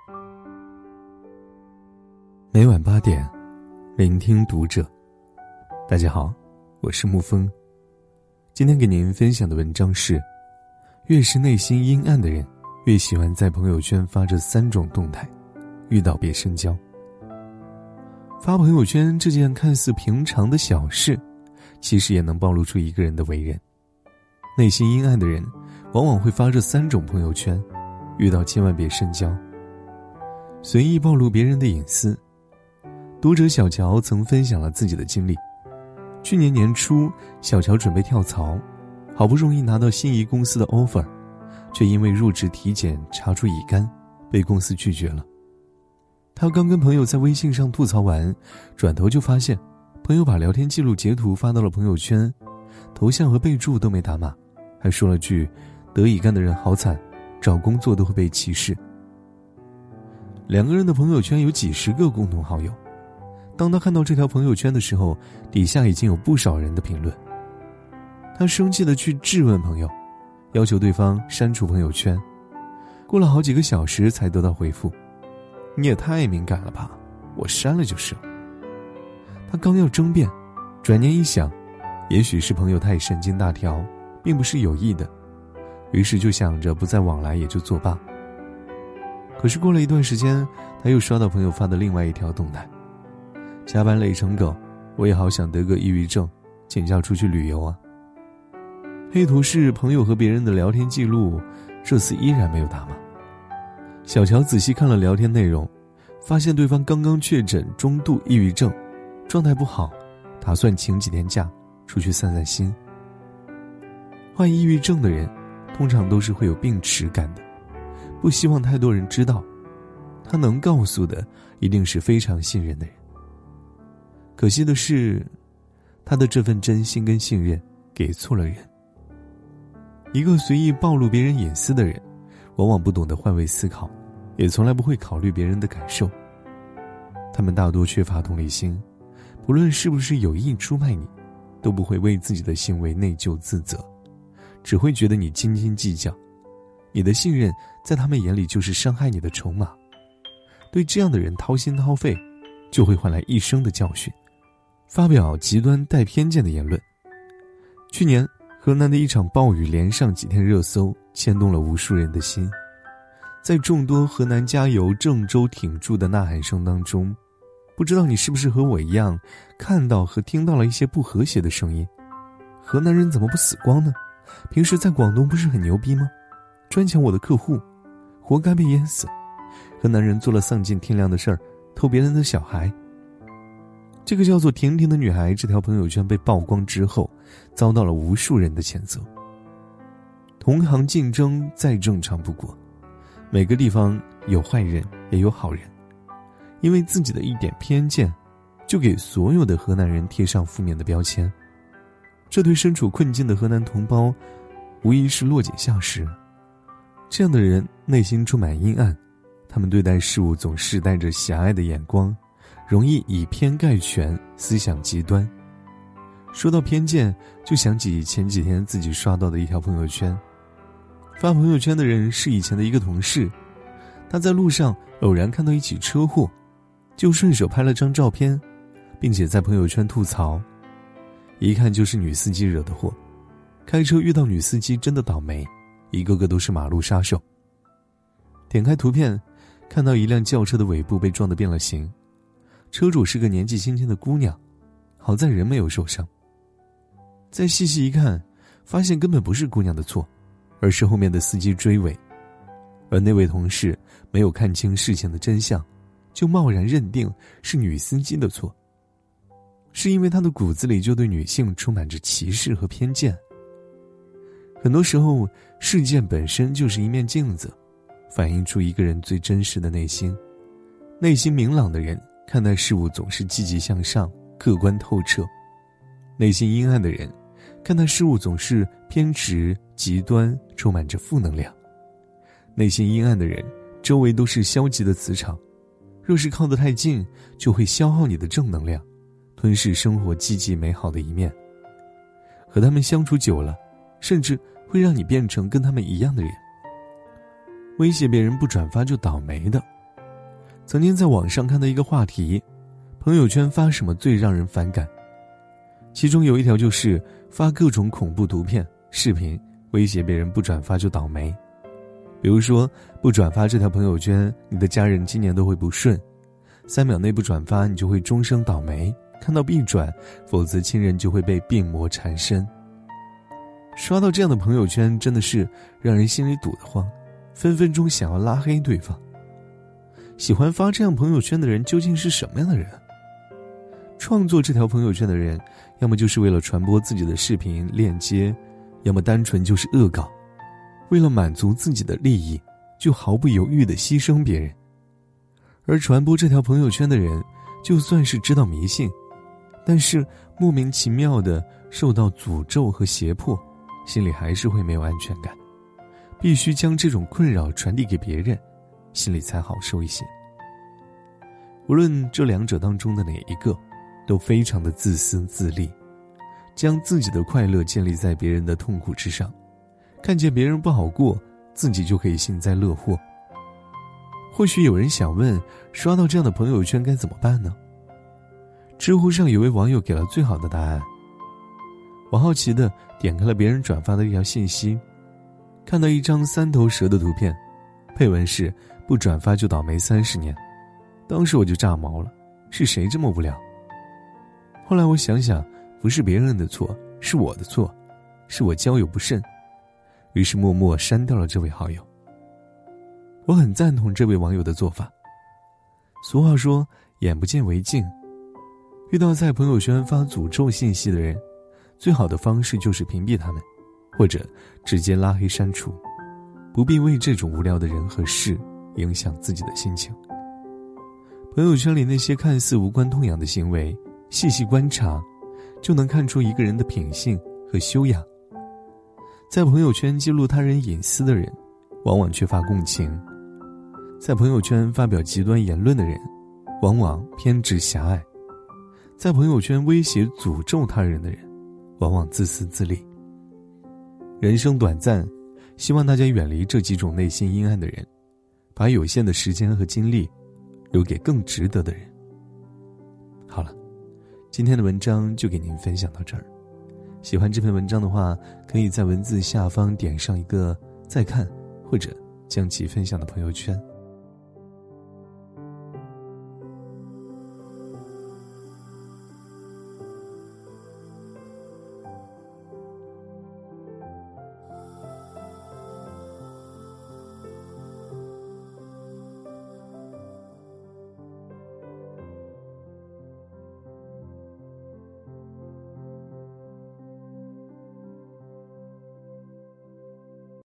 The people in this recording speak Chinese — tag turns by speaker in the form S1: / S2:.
S1: 每晚8点，聆听读者。大家好，我是沐风。今天给您分享的文章是：越是内心阴暗的人，越喜欢在朋友圈发这3种动态，遇到别深交。发朋友圈这件看似平常的小事，其实也能暴露出一个人的为人。内心阴暗的人往往会发这3种朋友圈，遇到千万别深交。随意暴露别人的隐私。读者小乔曾分享了自己的经历。去年年初，小乔准备跳槽，好不容易拿到心仪公司的 offer， 却因为入职体检查出乙肝，被公司拒绝了。他刚跟朋友在微信上吐槽完，转头就发现朋友把聊天记录截图发到了朋友圈，头像和备注都没打码，还说了句得乙肝的人好惨，找工作都会被歧视。2个人的朋友圈有几十个共同好友，当他看到这条朋友圈的时候，底下已经有不少人的评论。他生气地去质问朋友，要求对方删除朋友圈，过了好几个小时才得到回复：你也太敏感了吧，我删了就是了。他刚要争辩，转念一想，也许是朋友太神经大条，并不是有意的，于是就想着不再往来也就作罢。可是过了一段时间，他又刷到朋友发的另外一条动态：加班累成狗，我也好想得个抑郁症，请假出去旅游啊。黑图是朋友和别人的聊天记录，这次依然没有打码。小乔仔细看了聊天内容，发现对方刚刚确诊中度抑郁症，状态不好，打算请几天假出去散散心。患抑郁症的人通常都是会有病耻感的，不希望太多人知道，他能告诉的一定是非常信任的人。可惜的是，他的这份真心跟信任给错了人。一个随意暴露别人隐私的人，往往不懂得换位思考，也从来不会考虑别人的感受。他们大多缺乏同理心，不论是不是有意出卖你，都不会为自己的行为内疚自责，只会觉得你斤斤计较。你的信任在他们眼里就是伤害你的筹码。对这样的人掏心掏肺，就会换来一生的教训。发表极端带偏见的言论。去年河南的一场暴雨连上几天热搜，牵动了无数人的心。在众多河南加油郑州挺住的呐喊声当中，不知道你是不是和我一样，看到和听到了一些不和谐的声音。河南人怎么不死光呢？平时在广东不是很牛逼吗？专抢我的客户，活该被淹死。河南人做了丧尽天良的事儿，偷别人的小孩。这个叫做婷婷的女孩，这条朋友圈被曝光之后，遭到了无数人的谴责。同行竞争再正常不过，每个地方有坏人也有好人，因为自己的一点偏见，就给所有的河南人贴上负面的标签。这对身处困境的河南同胞，无疑是落井下石。这样的人内心充满阴暗，他们对待事物总是带着狭隘的眼光，容易以偏概全，思想极端。说到偏见，就想起前几天自己刷到的一条朋友圈。发朋友圈的人是以前的一个同事，他在路上偶然看到一起车祸，就顺手拍了张照片，并且在朋友圈吐槽，一看就是女司机惹的祸，开车遇到女司机真的倒霉，一个个都是马路杀手。点开图片，看到一辆轿车的尾部被撞得变了形，车主是个年纪轻轻的姑娘，好在人没有受伤。再细细一看，发现根本不是姑娘的错，而是后面的司机追尾。而那位同事没有看清事情的真相，就贸然认定是女司机的错，是因为他的骨子里就对女性充满着歧视和偏见。很多时候，事件本身就是一面镜子，反映出一个人最真实的内心。内心明朗的人看待事物总是积极向上，客观透彻；内心阴暗的人看待事物总是偏执、极端，充满着负能量。内心阴暗的人周围都是消极的磁场，若是靠得太近，就会消耗你的正能量，吞噬生活积极美好的一面。和他们相处久了，甚至会让你变成跟他们一样的人。威胁别人不转发就倒霉的， 曾经在网上看到一个话题，朋友圈发什么最让人反感？其中有一条就是发各种恐怖图片、视频，威胁别人不转发就倒霉。比如说，不转发这条朋友圈，你的家人今年都会不顺；3秒内不转发，你就会终生倒霉；看到必转，否则亲人就会被病魔缠身。刷到这样的朋友圈，真的是让人心里堵得慌，分分钟想要拉黑对方。喜欢发这样朋友圈的人究竟是什么样的人？创作这条朋友圈的人，要么就是为了传播自己的视频链接，要么单纯就是恶搞，为了满足自己的利益，就毫不犹豫地牺牲别人。而传播这条朋友圈的人，就算是知道迷信，但是莫名其妙地受到诅咒和胁迫，心里还是会没有安全感，必须将这种困扰传递给别人，心里才好受一些。无论这两者当中的哪一个，都非常的自私自利，将自己的快乐建立在别人的痛苦之上，看见别人不好过，自己就可以幸灾乐祸。或许有人想问，刷到这样的朋友圈该怎么办呢？知乎上有位网友给了最好的答案。我好奇地点开了别人转发的一条信息，看到一张3头蛇的图片，配文是不转发就倒霉30年。当时我就炸毛了，是谁这么无聊？后来我想想，不是别人的错，是我的错，是我交友不慎，于是默默删掉了这位好友。我很赞同这位网友的做法。俗话说，眼不见为净。遇到在朋友圈发诅咒信息的人，最好的方式就是屏蔽他们，或者直接拉黑删除，不必为这种无聊的人和事影响自己的心情。朋友圈里那些看似无关痛痒的行为，细细观察，就能看出一个人的品性和修养。在朋友圈记录他人隐私的人，往往缺乏共情；在朋友圈发表极端言论的人，往往偏执狭隘；在朋友圈威胁诅咒他人的人，往往自私自利。人生短暂，希望大家远离这几种内心阴暗的人，把有限的时间和精力留给更值得的人。好了，今天的文章就给您分享到这儿。喜欢这篇文章的话，可以在文字下方点上一个再看，或者将其分享到朋友圈。